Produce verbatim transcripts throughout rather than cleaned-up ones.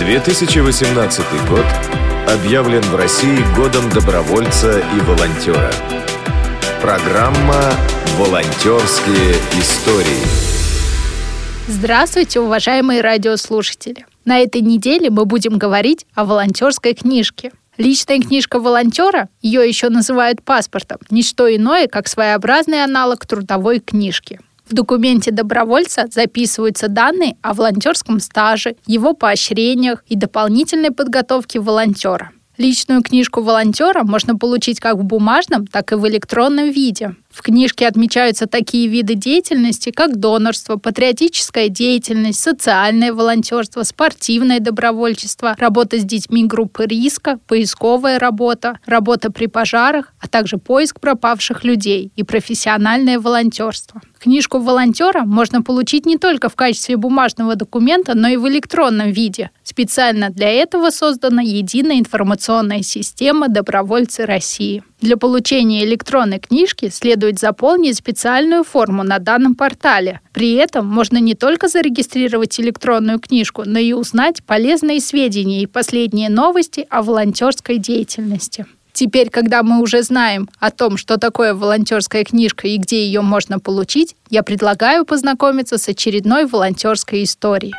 две тысячи восемнадцатый год объявлен в России годом добровольца и волонтера. Программа «Волонтерские истории». Здравствуйте, уважаемые радиослушатели! На этой неделе мы будем говорить о волонтерской книжке. Личная книжка волонтера, ее еще называют паспортом, не что иное, как своеобразный аналог трудовой книжки. В документе добровольца записываются данные о волонтерском стаже, его поощрениях и дополнительной подготовке волонтера. Личную книжку волонтера можно получить как в бумажном, так и в электронном виде. В книжке отмечаются такие виды деятельности, как донорство, патриотическая деятельность, социальное волонтерство, спортивное добровольчество, работа с детьми группы риска, поисковая работа, работа при пожарах, а также поиск пропавших людей и профессиональное волонтерство. Книжку волонтера можно получить не только в качестве бумажного документа, но и в электронном виде. Специально для этого создана единая информационная система «Добровольцы России». Для получения электронной книжки следует заполнить специальную форму на данном портале. При этом можно не только зарегистрировать электронную книжку, но и узнать полезные сведения и последние новости о волонтерской деятельности. Теперь, когда мы уже знаем о том, что такое волонтерская книжка и где ее можно получить, я предлагаю познакомиться с очередной волонтерской историей.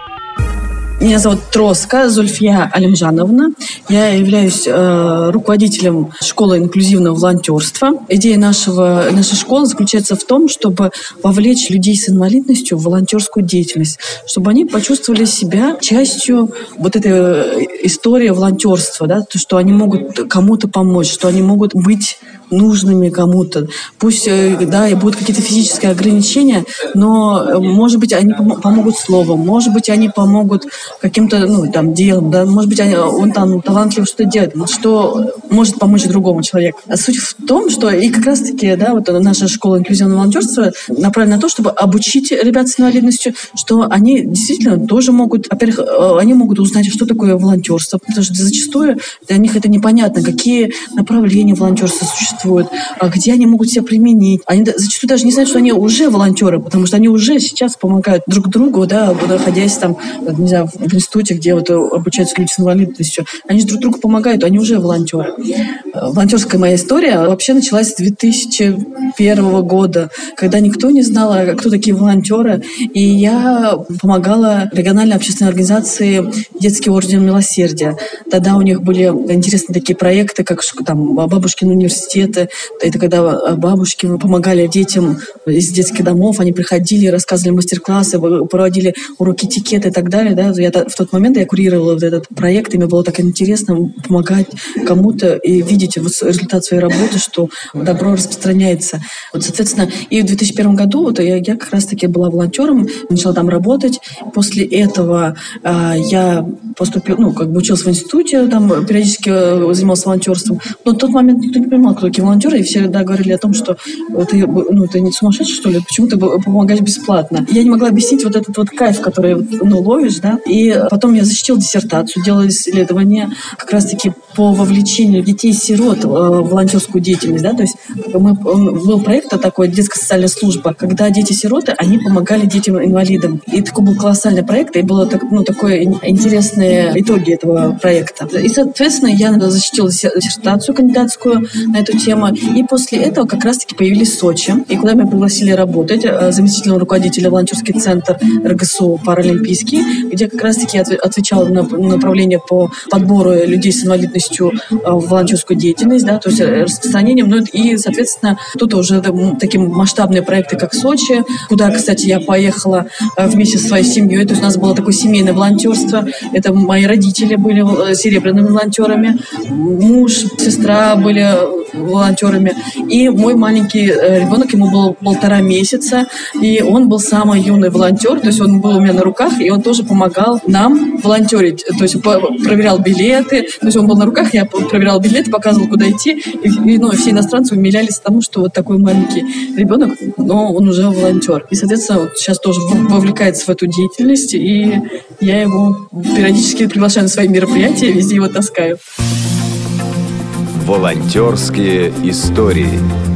Меня зовут Троска Зульфия Алимжановна. Я являюсь э, руководителем школы инклюзивного волонтерства. Идея нашего, нашей школы заключается в том, чтобы вовлечь людей с инвалидностью в волонтерскую деятельность, чтобы они почувствовали себя частью вот этой истории волонтерства, да, то, что они могут кому-то помочь, что они могут быть нужными кому-то. Пусть, да, и будут какие-то физические ограничения, но, может быть, они помогут словом, может быть, они помогут каким-то, ну, там, делом, да, может быть, они, он там талантлив что-то делает, что может помочь другому человеку. А суть в том, что и как раз-таки, да, вот наша школа инклюзивного волонтерства направлена на то, чтобы обучить ребят с инвалидностью, что они действительно тоже могут, во-первых, они могут узнать, что такое волонтерство, потому что зачастую для них это непонятно, какие направления волонтерства существуют, где они могут себя применить. Они зачастую даже не знают, что они уже волонтеры, потому что они уже сейчас помогают друг другу, да, находясь там, не знаю, в институте, где вот обучаются люди с инвалидностью. Они же друг другу помогают, они уже волонтеры. Волонтерская моя история вообще началась с две тысячи первого года, когда никто не знал, кто такие волонтеры, и я помогала региональной общественной организации «Детский орден милосердия». Тогда у них были интересные такие проекты, как там «Бабушкин университет». Это когда бабушки помогали детям из детских домов, они приходили, рассказывали мастер-классы, проводили уроки этикета и так далее. Да. Я, в тот момент я курировала вот этот проект, и мне было так интересно помогать кому-то и видеть вот результат своей работы, что добро распространяется. Вот, соответственно, и в две тысячи первом году вот, я, я как раз-таки была волонтером, начала там работать. После этого э, я поступила, ну, как бы училась в институте, там периодически занималась волонтерством. Но в тот момент никто не понимал, кто такие волонтеры, и все всегда говорили о том, что ты, ну, ты не сумасшедший, что ли? Почему ты помогаешь бесплатно? Я не могла объяснить вот этот вот кайф, который, ну, ловишь, да. И потом я защитила диссертацию, делала исследования как раз-таки по вовлечению детей-сирот в волонтерскую деятельность, да. То есть мы, был проект такой, детская социальная служба, когда дети-сироты, они помогали детям-инвалидам. И такой был колоссальный проект, и было так, ну, такое интересные итоги этого проекта. И, соответственно, я защитила диссертацию кандидатскую на эту тему. И после этого как раз-таки появились в Сочи, и куда меня пригласили работать заместителем руководителя волонтерский центр эр гэ эс у «Паралимпийский», где как раз-таки отвечала на направление по подбору людей с инвалидностью в волонтерскую деятельность, да, то есть распространением. Ну и, соответственно, тут уже такие масштабные проекты, как Сочи, куда, кстати, я поехала вместе со своей семьей. То есть у нас было такое семейное волонтерство. Это мои родители были серебряными волонтерами, муж, сестра были волонтерами. И мой маленький ребенок, ему было полтора месяца, и он был самый юный волонтер, то есть он был у меня на руках, и он тоже помогал нам волонтерить, то есть проверял билеты, то есть он был на руках, я проверял билеты, показывал, куда идти, и, и ну, все иностранцы умилялись тому, что вот такой маленький ребенок, но он уже волонтер. И, соответственно, вот сейчас тоже вовлекается в эту деятельность, и я его периодически приглашаю на свои мероприятия, везде его таскаю. Волонтерские истории.